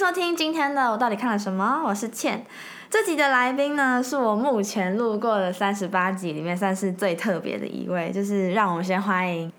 收听今天的我到底看了什么？我是倩。这集的来宾呢，是我目前录过的38集里面算是最特别的一位，就是让我们先欢迎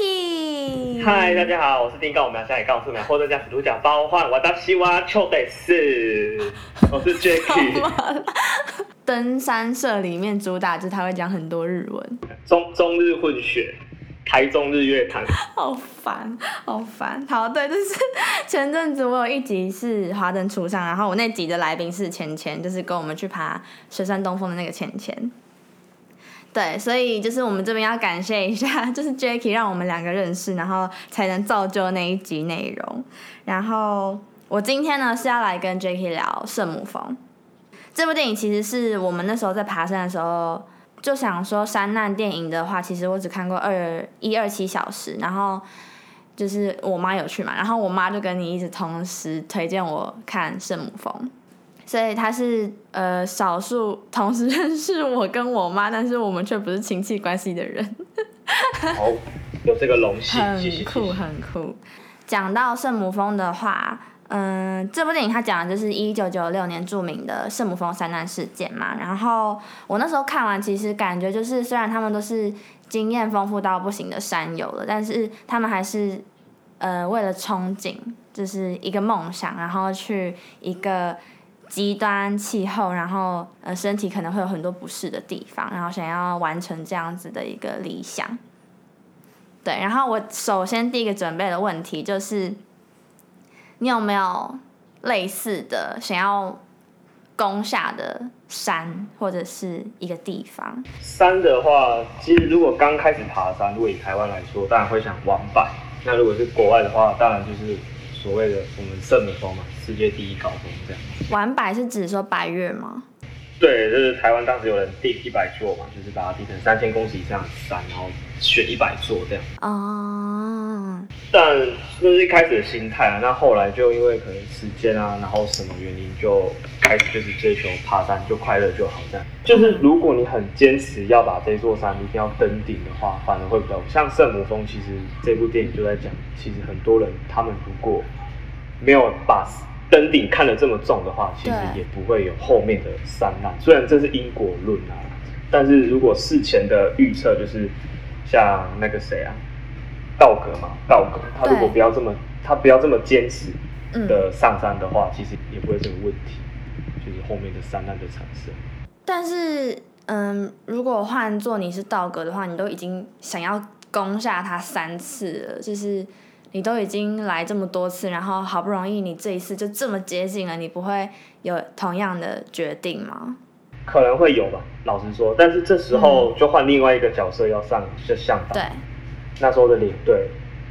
Jackie。 嗨，大家好，我是丁告，我们现在告诉你们，或者讲主角包换我的希望秋得是，我是 Jackie。 登山社里面主打就是他会讲很多日文， 中日混血。台中日月潭， 好烦，好烦。好，对，就是前阵子我有一集是华灯初上，然后我那集的来宾是钱钱，就是跟我们去爬雪山东峰的那个钱钱。对，所以就是我们这边要感谢一下，就是 Jackie 让我们两个认识，然后才能造就那一集内容。然后我今天呢是要来跟 Jackie 聊圣母峰。这部电影其实是我们那时候在爬山的时候。就想说山难电影的话，其实我只看过127小时，然后就是我妈有去嘛，然后我妈就跟你一直同时推荐我看圣母峰，所以她是少数同时认识我跟我妈，但是我们却不是亲戚关系的人。 好，有这个荣幸， 很酷很酷。讲到圣母峰的话。这部电影它讲的就是1996年著名的圣母峰山难事件嘛。然后我那时候看完，其实感觉就是虽然他们都是经验丰富到不行的山友了，但是他们还是为了憧憬，就是一个梦想，然后去一个极端气候，然后身体可能会有很多不适的地方，然后想要完成这样子的一个理想。对，然后我首先第一个准备的问题就是。你有没有类似的想要攻下的山或者是一个地方？ 山的话，其实如果刚开始爬山，如果以台湾来说，当然会想往百。那如果是国外的话，当然就是所谓的我们圣母峰嘛，世界第一高峰这样。 往百是指说百岳吗？ 对，就是台湾当时有人定100座嘛，就是把它定成3000公尺以上的山，然后选100座这样。 哦。 但这是一开始的心态啊，那后来就因为可能时间啊，然后什么原因就开始就是追求爬山就快乐就好这样。就是如果你很坚持要把这座山一定要登顶的话，反而会比较像圣母峰。其实这部电影就在讲，其实很多人他们如果没有把登顶看得这么重的话，其实也不会有后面的山难。虽然这是因果论啊，但是如果事前的预测就是像那个谁啊，道格他如果不要这么坚持的上山的话，其实也不会这个问题，就是后面的山难的产生。 但是如果换作你是道格的话，你都已经想要攻下它3次了，就是你都已经来这么多次，然后好不容易你这一次就这么接近了，你不会有同样的决定吗？ 可能会有吧，老实说，但是这时候就换另外一个角色要上，就向导。 对， 那时候的领队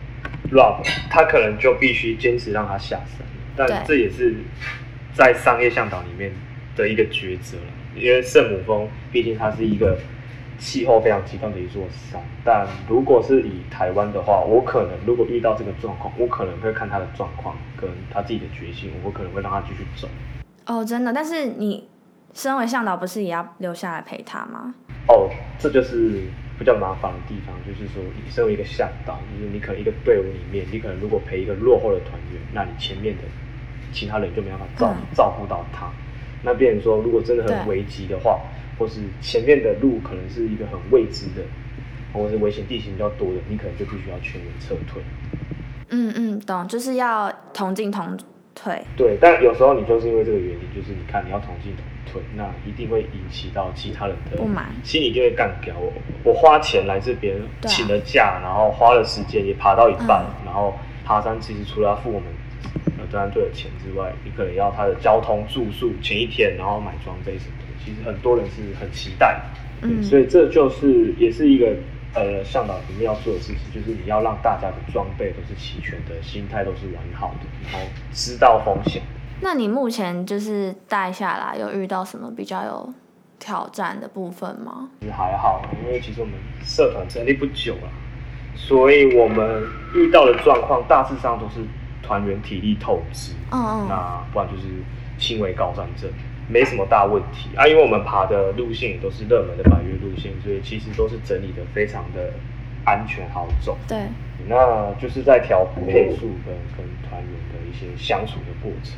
Rob， 他可能就必须坚持让他下山，但这也是在商业向导里面的一个抉择了。因为圣母峰毕竟它是一个气候非常极端的一座山，但如果是以台湾的话，我可能如果遇到这个状况，我可能会看他的状况跟他自己的决心，我可能会让他继续走。 哦，真的？但是你身为向导，不是也要留下来陪他吗？ 哦，这就是比较麻烦的地方，就是说你身为一个向导，就是你可能一个队伍里面，你可能如果陪一个落后的团员，那你前面的其他人就没办法照顾到他。那变成说，如果真的很危急的话，或是前面的路可能是一个很未知的，或是危险地形比较多的，你可能就必须要全员撤退。 懂，就是要同进同退。 对，但有时候你就是因为这个原因，就是你看你要同进同退，那一定会引起到其他人的不满， 心里就会干掉我花钱来这边，请了假，然后花了时间也爬到一半，然后爬山其实除了要付我们登山队的钱之外，你可能要他的交通、住宿、前一天，然后买装备什么的。其实很多人是很期待的，所以这就是也是一个向导里面要做的事情，就是你要让大家的装备都是齐全的，心态都是完好的，然后知道风险。 那你目前就是带下来有遇到什么比较有挑战的部分吗？ 其实还好，因为其实我们社团成立不久了，所以我们遇到的状况大致上都是团员体力透支，那不然就是轻微高山症，没什么大问题啊。因为我们爬的路线也都是热门的百岳路线，所以其实都是整理的非常的安全好走。 对， 那就是在调配速跟团员的一些相处的过程。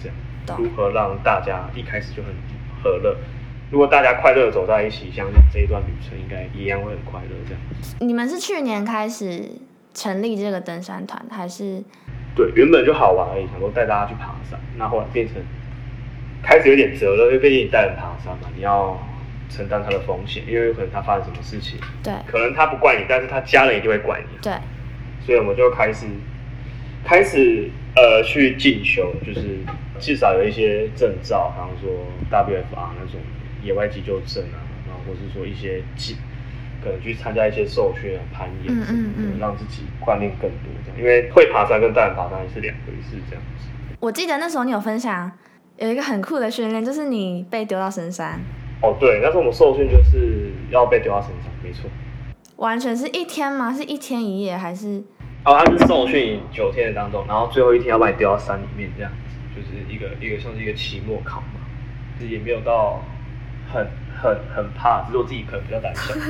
这样如何让大家一开始就很和乐。如果大家快乐走在一起，相信这一段旅程应该一样会很快乐这样子。 你们是去年开始成立这个登山团，还是？ 对，原本就好玩而已，想说带大家去爬山，那后来变成开始有点责任，因为毕竟你带人爬山嘛，你要承担他的风险，因为有可能他发生什么事情， 对， 可能他不怪你，但是他家人一定会怪你， 对， 所以我们就开始去进修，就是至少有一些证照，比方说 WFR 那种野外急救证啊，然后或是说一些可能去参加一些受训啊、攀岩什么的，让自己锻炼更多这样。因为会爬山跟带人爬山是两回事这样子。 我记得那时候你有分享有一个很酷的训练，就是你被丢到深山。 哦，对，那时候我们受训就是要被丢到深山，没错。 完全是一天吗？是1天1夜还是？ 哦，他是受训9天的当中，然后最后一天要把你丢到山里面这样子，就是一个像是一个期末考嘛，也没有到很怕，只是我自己可能比较胆小。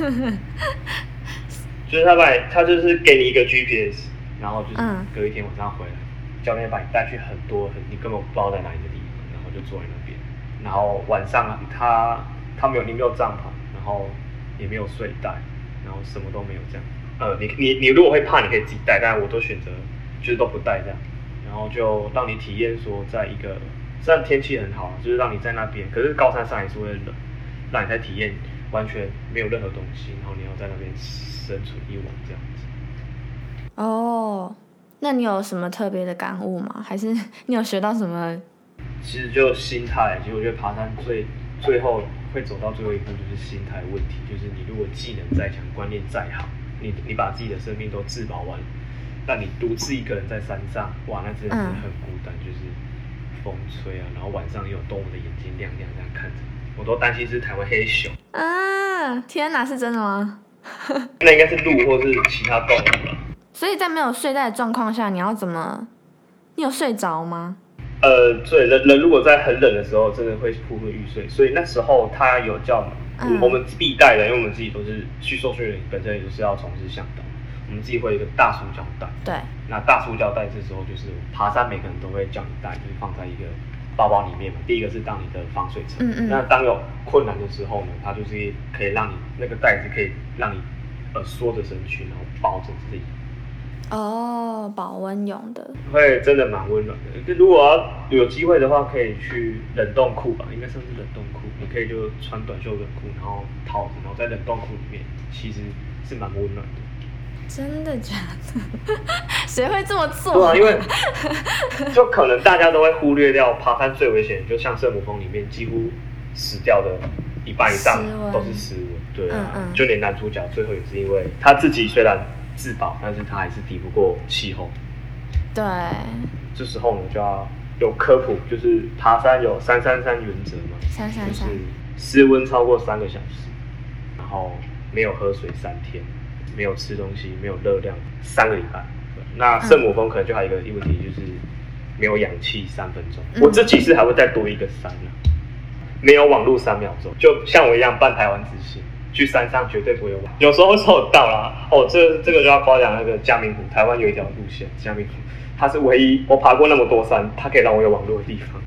就是他就是给你一个 GPS， 然后就是隔一天晚上回来，教练把你带去很多你根本不知道在哪里的地方，然后就坐在那边，然后晚上你没有帐篷，然后也没有睡袋，然后什么都没有这样。你如果会怕，你可以自己带，但我都选择就是都不带这样，然后就让你体验说，在一个虽然天气很好，就是让你在那边，可是高山上还是会冷，让你在体验完全没有任何东西，然后你要在那边生存一晚这样子。 哦，那你有什么特别的感悟吗？还是你有学到什么？ 其实就心态，其实我觉得爬山最后会走到最后一步就是心态问题，就是你如果技能再强，观念再好，你把自己的生命都自保完，但你独自一个人在山上，哇，那真的是很孤单，就是风吹啊，然后晚上也有动物的眼睛亮亮这样看着你，我都担心是台湾黑熊啊！天哪，是真的吗？ 那应该是鹿或是其他动物了。 所以在没有睡袋的状况下，你要怎么？你有睡着吗？ 对，人如果在很冷的时候，真的会昏昏欲睡，所以那时候他有叫我们必带的，因为我们自己都是去受训人，本身也就是要从事向导，我们自己会有一个大塑胶袋。 对。 那大塑胶袋这时候就是爬山，每个人都会叫你带，就是放在一个包包里面嘛。第一个是当你的防水层，那当有困难的时候呢，它就是可以让你那个袋子可以让你缩着身躯，然后包着自己。 哦，保温用的， 会真的蛮温暖的。如果有机会的话，可以去冷冻库吧，应该算是冷冻库。你可以就穿短袖短裤，然后套着，然后在冷冻库里面，其实是蛮温暖的。 真的假的？谁会这么做？ 对啊，因为就可能大家都会忽略掉爬山最危险，就像圣母峰里面几乎死掉的一半以上都是失温。对啊，就连男主角最后也是因为他自己虽然自保，但是他还是抵不过气候。 对， 这时候呢就要有科普，就是爬山有333原则嘛 ，333， 就是室温超过3个小时，然后没有喝水3天，没有吃东西，没有热量3个礼拜。那圣母峰可能就还有一个问题，就是没有氧气3分钟。我自己是还会再多一个3呢，没有网路3秒钟，就像我一样办台湾之星。去山上绝对不会有网，有时候收得到啦。哦，这个就要夸奖那个嘉明湖，台湾有一条路线，嘉明湖，它是唯一我爬过那么多山，它可以让我有网络的地方。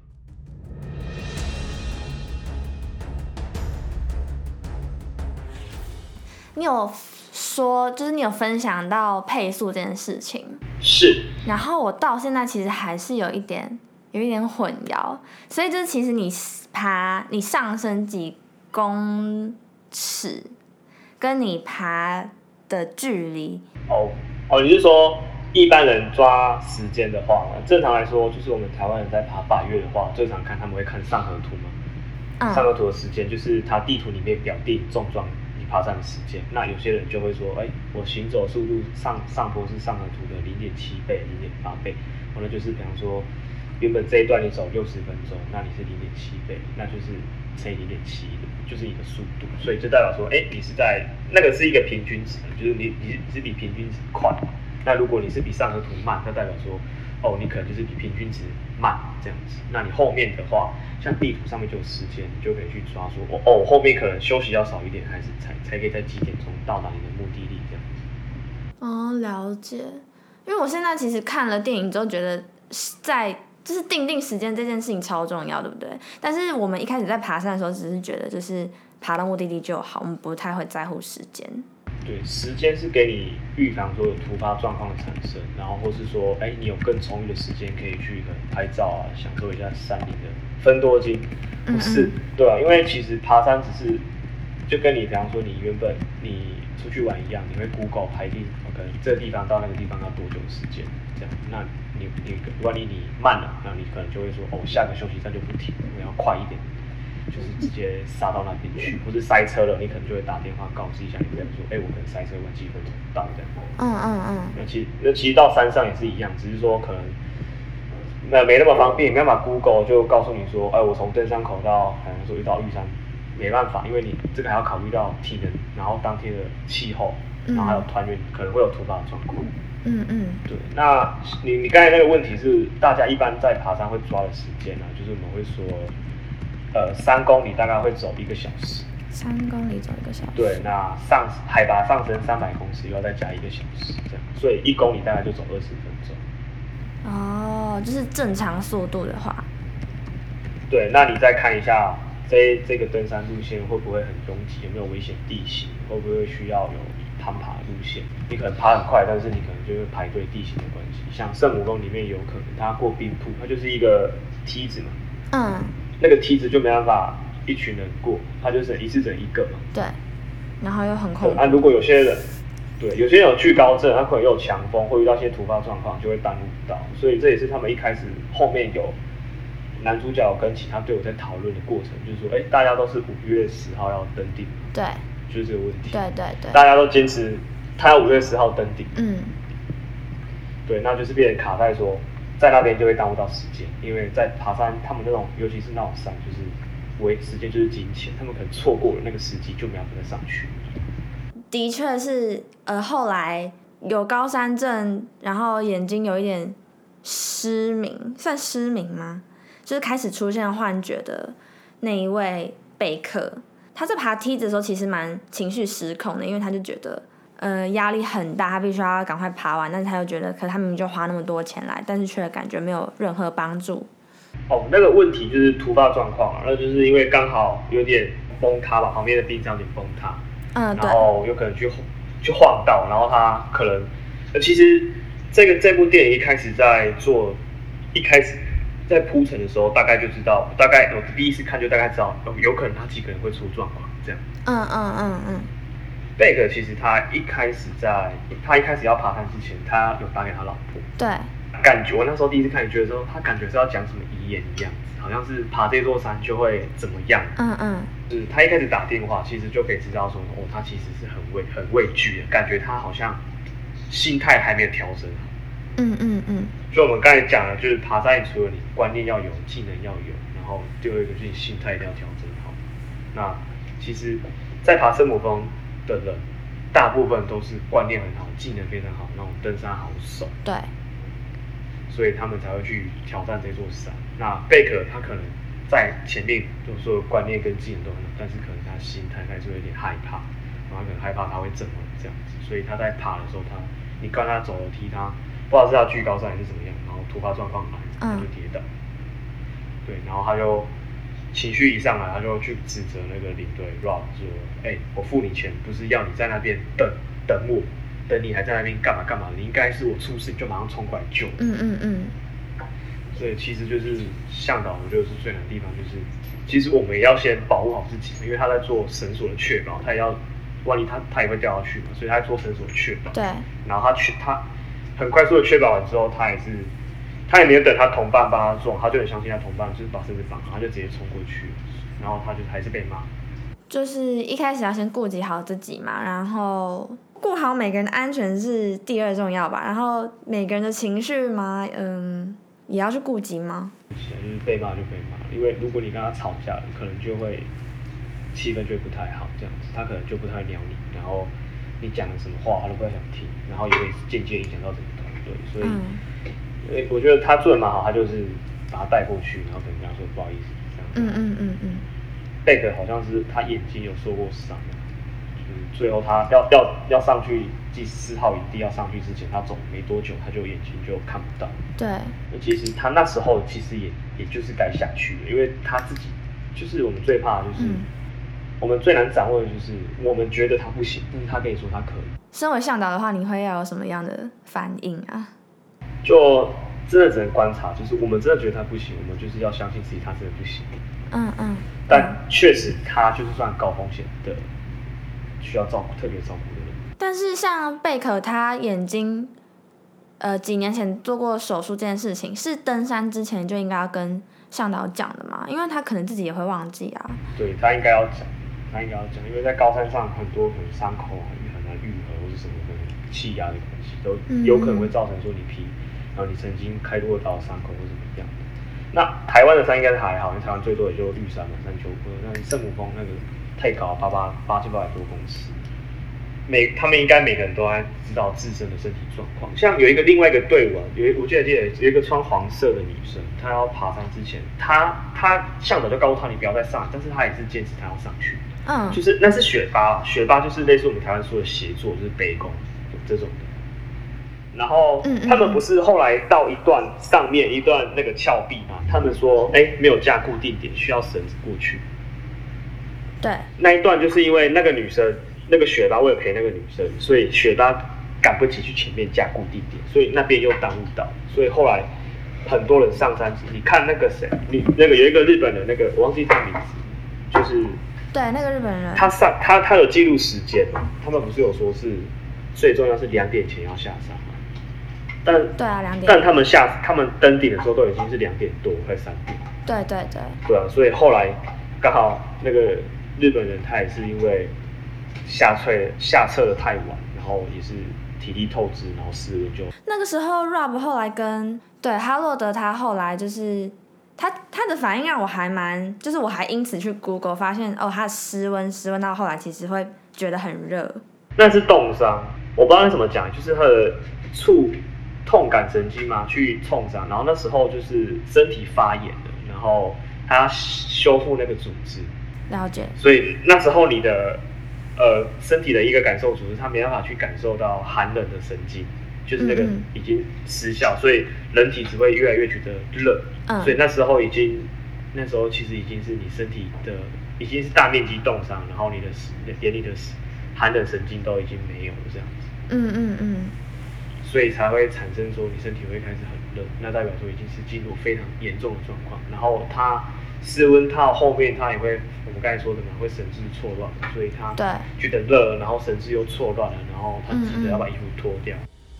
你有说，就是你有分享到配速这件事情， 是。 然后我到现在其实还是有一点混淆，所以就是其实你上升几公尺，跟你爬的距离。 你是说一般人抓时间的话，正常来说，就是我们台湾人在爬百岳的话，最常看他们会看上河图嘛。上河图的时间就是它地图里面表定重装你爬山的时间。那有些人就会说，我行走速度上坡是上河图的0.7倍、0.8倍，那就是比方说。原本这一段你走60分钟，那你是0.7倍，那就是乘以0.7，就是你的速度，所以就代表说，你是在那个是一个平均值，就是你是比平均值快。那如果你是比上河图慢，那代表说，你可能就是比平均值慢这样子。那你后面的话，像地图上面就有时间，你就可以去抓说，我后面可能休息要少一点，还是才可以在几点钟到达你的目的地这样子。 了解。因为我现在其实看了电影之后，觉得在就是定时间这件事情超重要，对不对？但是我们一开始在爬山的时候，只是觉得就是爬到目的地就好，我们不太会在乎时间。 对，时间是给你预防所有突发状况的产生，然后或是说，你有更充裕的时间可以去可能拍照啊，享受一下山林的芬多精，不是，对啊，因为其实爬山只是就跟你比方说你原本你出去玩一样，你会 Google 排定，可能这个地方到那个地方要多久的时间，这样，那你万一你慢了，那你可能就会说，下个休息站就不停，我要快一点。就是直接杀到那边去，或是塞车了，你可能就会打电话告知一下你朋友说，我可能塞车晚几分钟到这样。那其实到山上也是一样，只是说可能没那么方便，没办法 Google 就告诉你说，我从登山口到好像说到玉山，没办法，因为你这个还要考虑到体能，然后当天的气候，然后还有团员可能会有突发的状况。对，那你刚才那个问题是大家一般在爬山会抓的时间啊，就是我们会说。3公里大概会走1个小时。 3公里走1个小时。 对，那海拔上升300公尺，又要再加1个小时，这样，所以1公里大概就走20分钟。 哦，就是正常速度的话。 对，那你再看一下这个登山路线会不会很拥挤，有没有危险地形，会不会需要有攀爬路线？你可能爬很快，但是你可能就会排队地形的关系。像圣母峰里面有可能它过冰瀑，它就是一个梯子嘛。那个梯子就没办法一群人过，他就一次整1个嘛。 对，然后又很恐怖。 如果有些人有惧高症，他可能又有强风，会遇到一些突发状况，就会耽误到。所以这也是他们一开始后面有男主角跟其他队友在讨论的过程，就是说，大家都是5月10号要登顶。 对， 就是这个问题。 对。 大家都坚持他要5月10号登顶。对，那就是变成卡在说。在那边就会耽误到时间，因为在爬山，他们那种尤其是那种山，就是时间就是金钱，他们可能错过了那个时机，就没有办法上去。 的确是，后来有高山症，然后眼睛有一点失明，算失明吗？就是开始出现幻觉的那一位贝克，他在爬梯子的时候其实蛮情绪失控的，因为他就觉得。压力很大，他必须要赶快爬完，但是他又觉得，可他明明就花那么多钱来，但是却感觉没有任何帮助。 那个问题就是突发状况，那就是因为刚好有点崩塌吧，旁边的冰山有点崩塌，然后有可能去晃到，然后他可能，其实这部电影一开始在铺陈的时候，大概就知道，大概我第一次看就大概知道，有可能他几个人会出状况这样。贝克其实他一开始要爬山之前，他有打给他老婆。 对。 感觉我那时候第一次看，觉得说他感觉是要讲什么遗言一样子，好像是爬这座山就会怎么样。就是他一开始打电话，其实就可以知道说，他其实是很畏惧的，感觉他好像心态还没有调整好。就我们刚才讲的，就是爬山除了你观念要有，技能要有，然后第二个就是你心态一定要调整好。那其实，在爬圣母峰的人，大部分都是观念很好，技能非常好，那种登山好手。 对。 所以他们才会去挑战这座山。那贝克他可能在前面就是说观念跟技能都很好，但是可能他心态还是有点害怕，然后可能害怕他会怎么这样子，所以他在爬的时候，你跟他走楼梯，他不知道是他惧高症还是怎么样，然后突发状况来，他就跌倒。对，然后他就情绪一上来，他就去指责那个领队 Rob 说：“我付你钱，不是要你在那边等我。”等你还在那边干嘛干嘛？你应该是我出事你就马上冲过来救。所以其实就是向导，我觉得是最难的地方，就是其实我们也要先保护好自己，因为他在做绳索的确保，他也要万一他也会掉下去嘛，所以他在做绳索的确保。 对。 然后他很快速的确保完之后，他也没有等他同伴帮他做，他就很相信他同伴，就是把绳子绑好，他就直接冲过去，然后他就还是被骂。 就是一开始要先顾及好自己嘛，然后顾好每个人的安全是第2重要吧，然后每个人的情绪嘛，也要去顾及吗？ 就是被骂就被骂，因为如果你跟他吵架了，可能就会气氛就会不太好，这样子，他可能就不太会鸟你，然后你讲了什么话他都不太想听，然后也会间接影响到整个团队，所以我觉得他做的蛮好，他就是把他带过去，然后可能跟他说不好意思这样。贝克好像是他眼睛有受过伤， 就是最后他要上去第4号营地要上去之前，他走没多久，他就眼睛就看不到。 对。 那其实他那时候其实也就是该下去的，因为他自己就是我们最怕的就是。我们最难掌握的就是我们觉得他不行，但是他跟你说他可以。 身为向导的话，你会要有什么样的反应啊？ 就真的只能观察，就是我们真的觉得他不行，我们就是要相信自己他真的不行。但确实他就是算高风险的，需要特别照顾的人。 但是像贝壳他眼睛，几年前做过手术这件事情，是登山之前就应该要跟向导讲的嘛？因为他可能自己也会忘记啊。 对，他应该要讲。因为在高山上很多可能伤口啊很难愈合，或是什么可能气压的关系，都有可能会造成说你然后你曾经开过刀伤口或怎么样的。那台湾的山应该是还好，因为台湾最多也就玉山嘛、山丘坡，但圣母峰那个太高，8800多公尺，他们应该每个人都还知道自身的身体状况。像另外一个队伍啊，我记得有一个穿黄色的女生，她要爬山之前，她向导就告诉她你不要再上来，但是她也是坚持她要上去。就是那是雪巴就是类似我们台湾说的协作，就是北宫这种的。然后他们不是后来到一段上面一段那个峭壁嘛，他们说没有架固定点，需要绳子过去。 对， 那一段就是因为那个女生那个雪巴为了陪那个女生，所以雪巴赶不及去前面架固定点，所以那边又耽误到，所以后来很多人上山，你看那个谁，那个有一个日本人，那个我忘记他名字，就是。 对，那个日本人， 他有记录时间嘛？他们不是有说是最重要是2点前要下山嘛？ 对啊，2点。 但他们登顶的时候都已经是2点多，快3点。 对啊，所以后来刚好那个日本人他也是因为下撤的太晚，然后也是体力透支，然后失温就。 那个时候 Rob 后来哈洛德他后来就是。他的反应让我还就是我还因此去 Google 发现他的失温到后来其实会觉得很热。 那是冻伤，我不知道怎么讲，就是他的痛感神经嘛去创伤，然后那时候就是身体发炎了，然后他要修复那个组织。 了解。 所以那时候你的身体的一个感受组织，它没办法去感受到寒冷的神经。就是那个已经失效，所以人体只会越来越觉得热。所以那时候其实已经是你身体的已经是大面积冻伤，然后连你的寒冷神经都已经没有了这样子。所以才会产生说你身体会开始很热，那代表说已经是进入非常严重的状况。然后它失温到后面，它也会我们刚才说的嘛，会神志错乱，所以它觉得热，然后神志又错乱了，然后他急着要把衣服脱掉。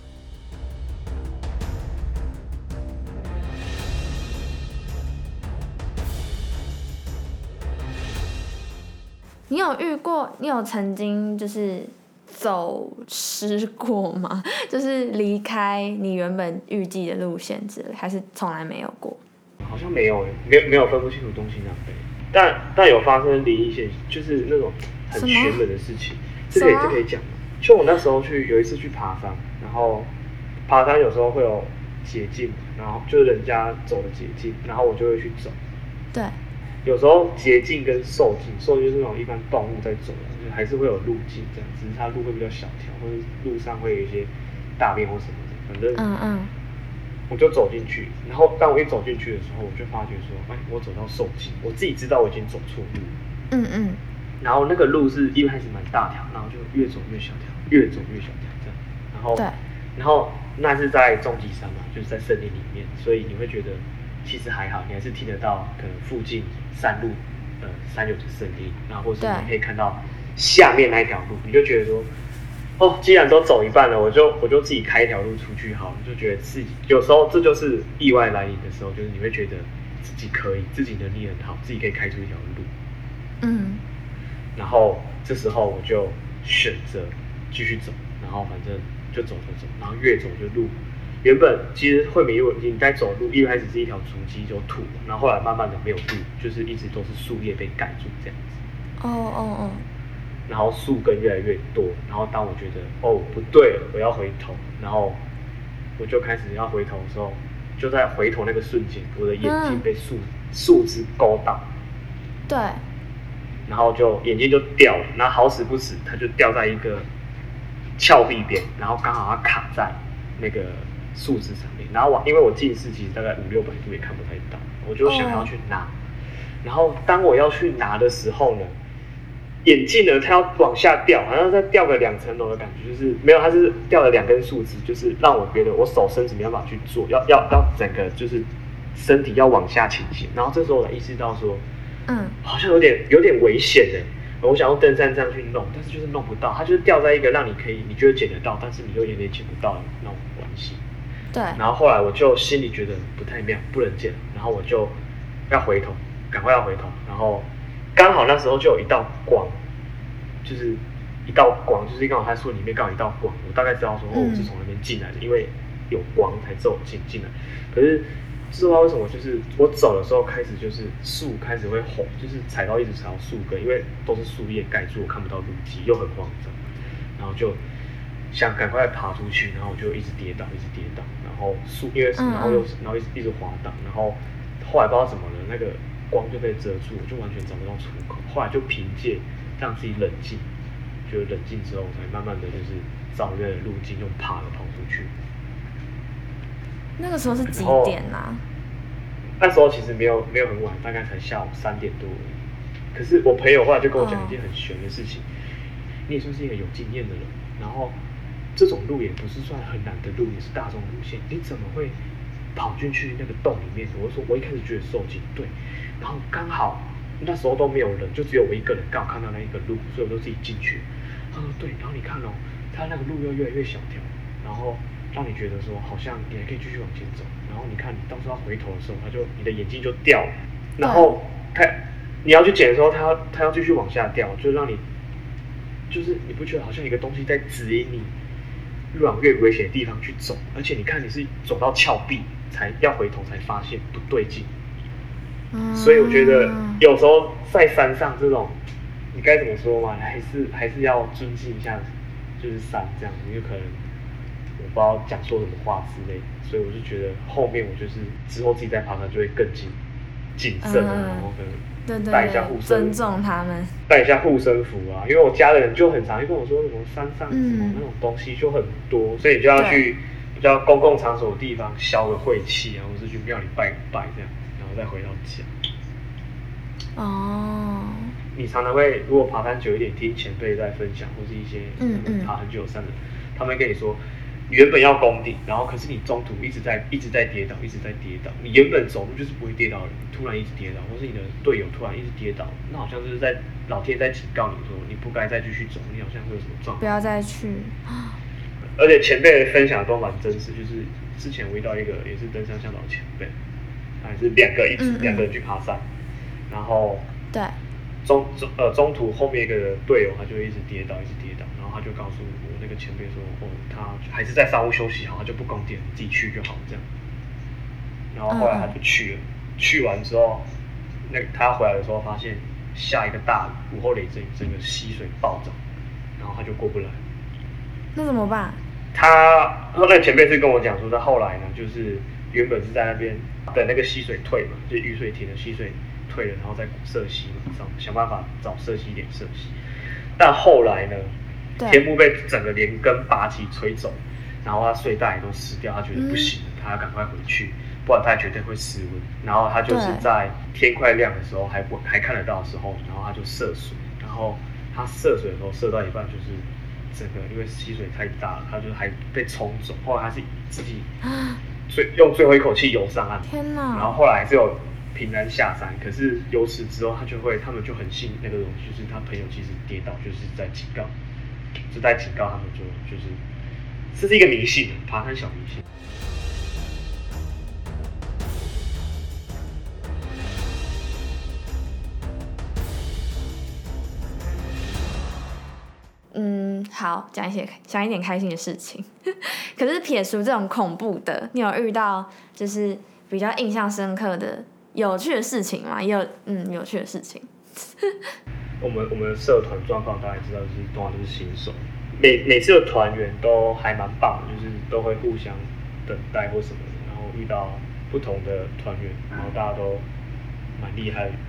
你有曾经就是走失过吗？就是离开你原本预计的路线之类，还是从来没有过？ 好像没有没有分不清楚东西南北，但有发生灵异现象，就是那种很玄门的事情，这可以讲吗？就我那时候有一次去爬山，然后爬山有时候会有捷径，然后就是人家走的捷径，然后我就会去走。 对。 有时候捷径跟受径就是那种一般动物在走的，就还是会有路径这样，只是它路会比较小条，或者路上会有一些大便或什么的，反正我就走进去。然后当我一走进去的时候，我就发觉说，我走到受径，我自己知道我已经走错路。然后那个路是一开始蛮大条，然后就越走越小条，越走越小条这样。然后那是在终极山嘛，就是在森林里面，所以你会觉得其实还好，你还是听得到可能附近山有的声音，然后或是你可以看到下面那一条路，你就觉得说，既然都走一半了，我就自己开一条路出去好了，就觉得自己有时候这就是意外来临的时候，就是你会觉得自己可以，自己能力很好，自己可以开出一条路。然后这时候我就选择继续走，然后反正就走，然后越走就路。原本其实会迷路，你在走路，一开始是一条足迹就土，然后后来慢慢的没有路，就是一直都是树叶被盖住这样子。然后树根越来越多，然后当我觉得不对了，我要回头，然后我就开始要回头的时候，就在回头那个瞬间，我的眼睛被树枝勾到。 对。 然后就眼镜就掉了，然后好死不死，它就掉在一个峭壁边，然后刚好它卡在那个树枝上面，然后因为我近视其实大概500-600度也看不太到，我就想要去拿，然后当我要去拿的时候呢，眼镜呢它要往下掉，好像再掉个2层楼的感觉，就是没有，它是掉了2根树枝，就是让我觉得我手伸直没办法去做，要整个就是身体要往下倾斜，然后这时候我才意识到说，好像有点危险的。我想用登山杖去弄，但是就是弄不到，它就是掉在一个让你觉得捡得到，但是你又有点捡不到的那种关系。 对。 然后后来我就心里觉得不太妙，不能捡，然后我就要回头，赶快要回头，然后刚好那时候就有一道光，就是一道光，就是刚好在树里面刚好一道光，我大概知道说我是从那边进来的，因为有光才走进来。可是不知道为什么，就是我走的时候开始就是树开始会红，就是一直踩到树根，因为都是树叶盖住，我看不到路基，又很慌张，然后就想赶快爬出去，然后我就一直跌倒，然后然后一直滑倒，然后后来不知道怎么了，那个光就被遮住，我就完全找不到出口。后来就凭借让自己冷静，就冷静之后，我才慢慢的就是照那个路径用爬的跑出去。 那个时候是几点啊？ 那时候其实没有很晚，大概才下午3点多而已。可是我朋友后来就跟我讲一件很玄的事情，你也算是一个有经验的人，然后这种路也不是算很难的路，也是大众路线，你怎么会跑进去那个洞里面？我说我一开始觉得受惊，对，然后刚好那时候都没有人，就只有我一个人刚好看到那一个路，所以我就自己进去。他说对，然后你看哦，他那个路又越来越小条，然后让你觉得说好像你还可以继续往前走，然后你看你到时候要回头的时候，你的眼睛就掉了，然后你要去捡的时候，它要继续往下掉，就让你就是你不觉得好像一个东西在指引你越往越危险的地方去走，而且你看你是走到峭壁才要回头才发现不对劲，所以我觉得有时候在山上这种你该怎么说嘛，还是要尊敬一下就是山这样，因为可能我不知道讲说什么话之类的，所以我就觉得后面我就是之后自己在爬山就会更谨慎，然后可能带一下护身， 尊重他们， 带一下护身符啊，因为我家的人就很常跟我说什么山上什么那种东西就很多，所以你就要去比较公共场所的地方消个晦气啊，或是去庙里拜拜这样，然后再回到家。你常常会如果爬山久一点，听前辈在分享，或是一些爬很久的山人，他们跟你说，你原本要攻顶，然后可是你中途一直在跌倒，你原本走路就是不会跌倒的，你突然一直跌倒，或是你的队友突然一直跌倒，那好像就是老天在警告你说，你不该再继续走，你好像会有什么状况， 不要再去。 而且前辈分享的都蛮真实，就是之前我遇到一个也是登山向导的前辈，还是两个人去爬山，然后对。 中途后面一个队友他就一直跌倒，然后他就告诉我那个前辈说，他还是在山屋休息好，他就不攻顶，自己去就好这样。然后后来他就去了，去完之后，他回来的时候发现下一个大雨，午后雷阵雨，整个溪水暴涨，然后他就过不来。 那怎么办？ 那个前辈是跟我讲说，他后来呢，就是原本是在那边等那个溪水退嘛，就雨水停了，溪水退了，然后再涉溪嘛，想办法找涉溪点涉溪。但后来呢，天幕被整个连根拔起吹走，然后他睡袋也都湿掉，他觉得不行了，他要赶快回去，不然他绝对会失温。然后他就是在天快亮的时候还看得到的时候，然后他就涉水，然后他涉水的时候涉到一半，就是整个因为溪水太大了，他就还被冲走。后来他是自己用最后一口气游上岸， 天哪！ 然后后来还是有平安下山，可是由此之后，他们就很信那个东西，就是他朋友其实跌倒就是在警告，他们就是这是一个迷信，爬山小迷信。 好，讲一点开心的事情。可是撇除这种恐怖的，你有遇到就是比较印象深刻的有趣的事情吗？也有有趣的事情。 我们的社团状况大家知道，就是通常都是新手，每次的团员都还蛮棒的，就是都会互相等待或什么的，然后遇到不同的团员，然后大家都蛮厉害的。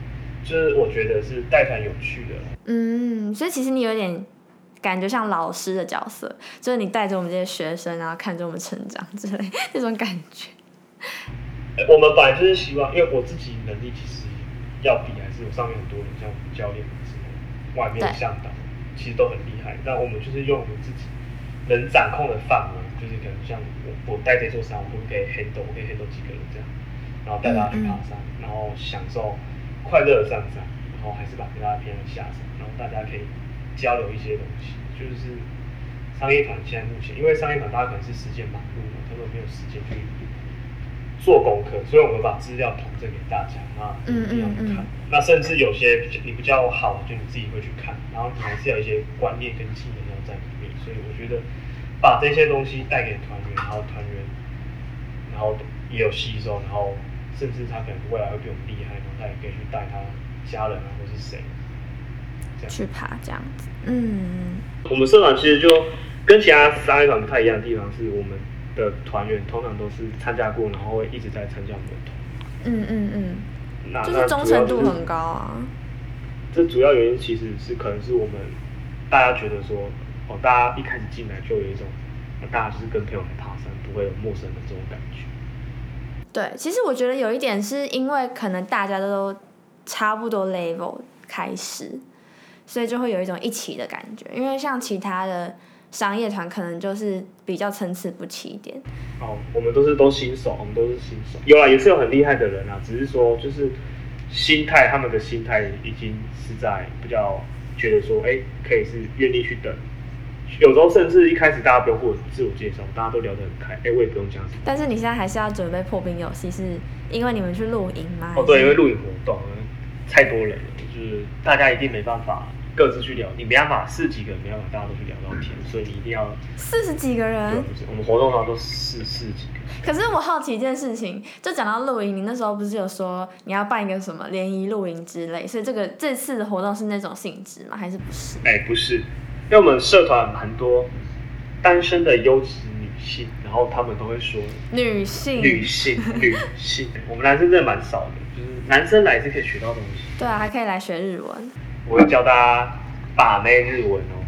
就是我觉得是带团有趣的。 所以其实你有点感觉像老师的角色，就是你带着我们这些学生，然后看着我们成长之类这种感觉。 我们本来就是希望，因为我自己能力其实要比还是有上面很多人，像教练什么外面向导，其实都很厉害。那我们就是用我们自己能掌控的范围，就是可能像我带这座山，我可以 handle 几个人这样，然后带大家去爬山，然后享受快乐的上山，然后还是把其他平安下山，然后大家可以交流一些东西。就是商业团现在目前，因为商业团大家可能是时间忙碌嘛，他们没有时间去做功课，所以我们把资料统整给大家，那你要看。那甚至有些你比较好，就你自己会去看，然后你还是要有一些观念跟技能要在里面。所以我觉得把这些东西带给团员，然后团员，然后也有吸收，然后甚至他可能未来会比我们厉害，然后他也可以去带他家人啊，或是谁去爬这样子。 我们社团其实就跟其他商业团不太一样的地方是，我们的团员通常都是参加过，然后会一直在参加我们的团。 就是忠诚度很高啊。 这主要原因其实是可能是我们大家觉得说，大家一开始进来就有一种，大家就是跟朋友来爬山，不会有陌生的这种感觉。 对，其实我觉得有一点是因为可能大家都差不多 level 开始，所以就会有一种一起的感觉。因为像其他的商业团可能就是比较参差不齐一点。 我们都新手，有啦，也是有很厉害的人啊，只是说就是他们的心态已经是在比较觉得说，可以是愿意去等。有时候甚至一开始大家不用或自我介绍，大家都聊得很开，我也不用讲什么。 但是你现在还是要准备破冰游戏，是因为你们去露营吗？ 对，因为露营活动太多人了，就是大家一定没办法各自去聊，你没办法40几个人，没办法大家都去聊到天，所以你一定要 40几个人。 对，我们活动上都40几个。 可是我好奇一件事情，就讲到露营，你那时候不是有说你要办一个什么联谊露营之类，所以这次的活动是那种性质吗？还是不是？ 不是，因为我们社团很多单身的优质女性，然后他们都会说女性，我们男生真的蛮少的，就是男生来是可以学到东西。 对啊，还可以来学日文。 我会教大家把妹日文哦。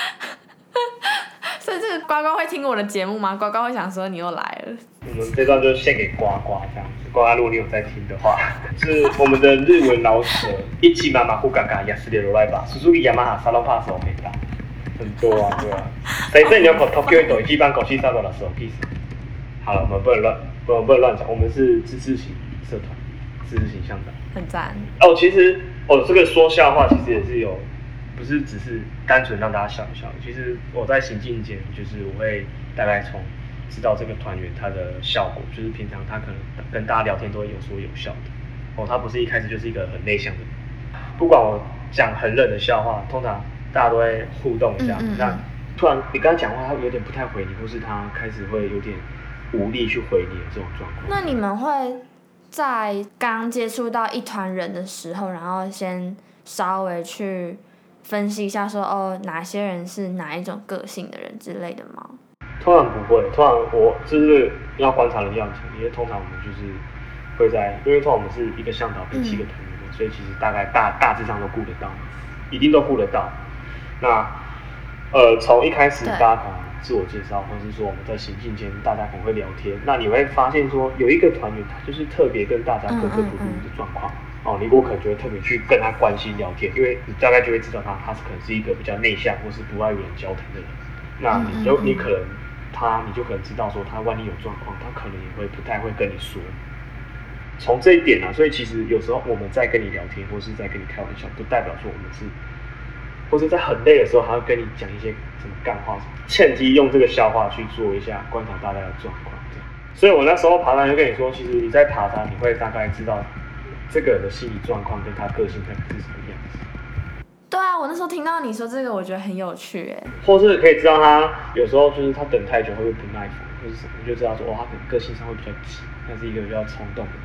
所以这个呱呱会听我的节目吗？呱呱会想说你又来了。 我们这段就献给呱呱这样子，呱呱如果你有在听的话，是我们的日文老舍，一起妈妈呼嘎嘎雅斯列罗来吧，苏苏里雅马哈沙龙帕手没打，很多啊，对啊。在这里要考 Tokyo 斗一般考西沙斗的时候，意思。好了，我们不能乱讲，我们是知识型社团，知识型向导， 很赞。 其实这个说笑话其实也是有。不是只是单纯让大家笑一笑，其实我在行进前，就是我会大概从知道这个团员他的效果，就是平常他可能跟大家聊天都会有说有笑的，他不是一开始就是一个很内向的人，不管我讲很冷的笑话，通常大家都会互动一下，那突然你跟他讲话，他有点不太回你，或是他开始会有点无力去回你的这种状况。 那你们会在刚接触到一团人的时候，然后先稍微去分析一下说哪些人是哪一种个性的人之类的吗？ 通常不会，通常我就是要观察人样子，因为通常我们就是会因为通常我们是一个向导跟7个团员嘛，所以其实大概大致上都顾得到，一定都顾得到。那从一开始大家可能自我介绍，或是说我们在行进前大家可能会聊天，那你会发现说有一个团员他就是特别跟大家格格不入的状况。你如果可能就会特别去跟他关心聊天，因为你大概就会知道他可能是一个比较内向或是不爱与人交谈的人。那你就可能知道说他万一有状况，他可能也会不太会跟你说。从这一点所以其实有时候我们在跟你聊天或是在跟你开玩笑，不代表说我们是，或是在很累的时候还要跟你讲一些什么干话，趁机用这个笑话去做一下观察大家的状况。所以我那时候爬山就跟你说，其实你在爬山你会大概知道这个人的心理状况跟他个性大概是什么样子。 对啊，我那时候听到你说这个，我觉得很有趣或是可以知道他有时候就是他等太久会不会不耐烦，或是什么，你就知道说他可能个性上会比较急，他是一个比较冲动的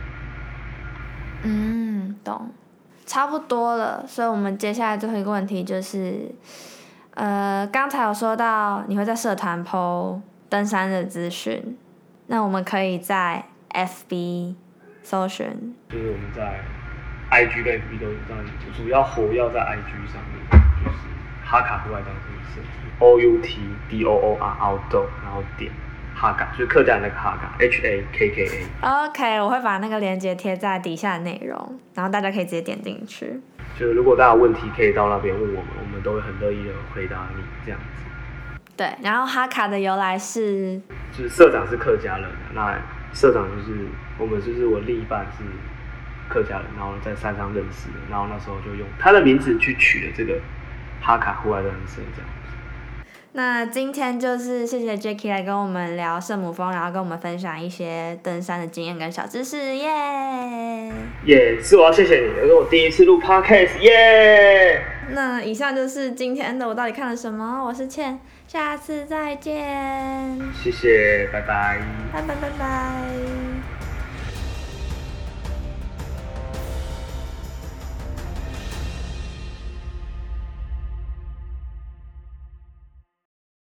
人。懂，差不多了。所以我们接下来最后一个问题就是，刚才有说到你会在社团 po 登山的资讯，那我们可以在 FB 搜寻， 就是我们在 IG 跟 FB 都有这样，主要活跃在 IG 上面，就是哈卡户外当这个设计 OUTDOOR outdoor， 然后点哈卡，就是客家的那个哈卡 HAKKA。 OK， 我会把那个链接贴在底下的内容，然后大家可以直接点进去。 就如果大家有问题，可以到那边问我们，我们都会很乐意的回答你这样子。 对，然后哈卡的由来是， 就是社长是客家人，那社长就是我们就是我另一半是客家人，然后在山上认识的，然后那时候就用他的名字去取了这个哈卡户外登山社这样。 那今天就是谢谢 Jacky 来跟我们聊圣母峰，然后跟我们分享一些登山的经验跟小知识，耶！ 耶，是我要谢谢你，因为我第一次录 podcast， 耶！ 那以上就是今天的我到底看了什么，我是倩，下次再见。 谢谢，拜拜。 拜拜拜拜。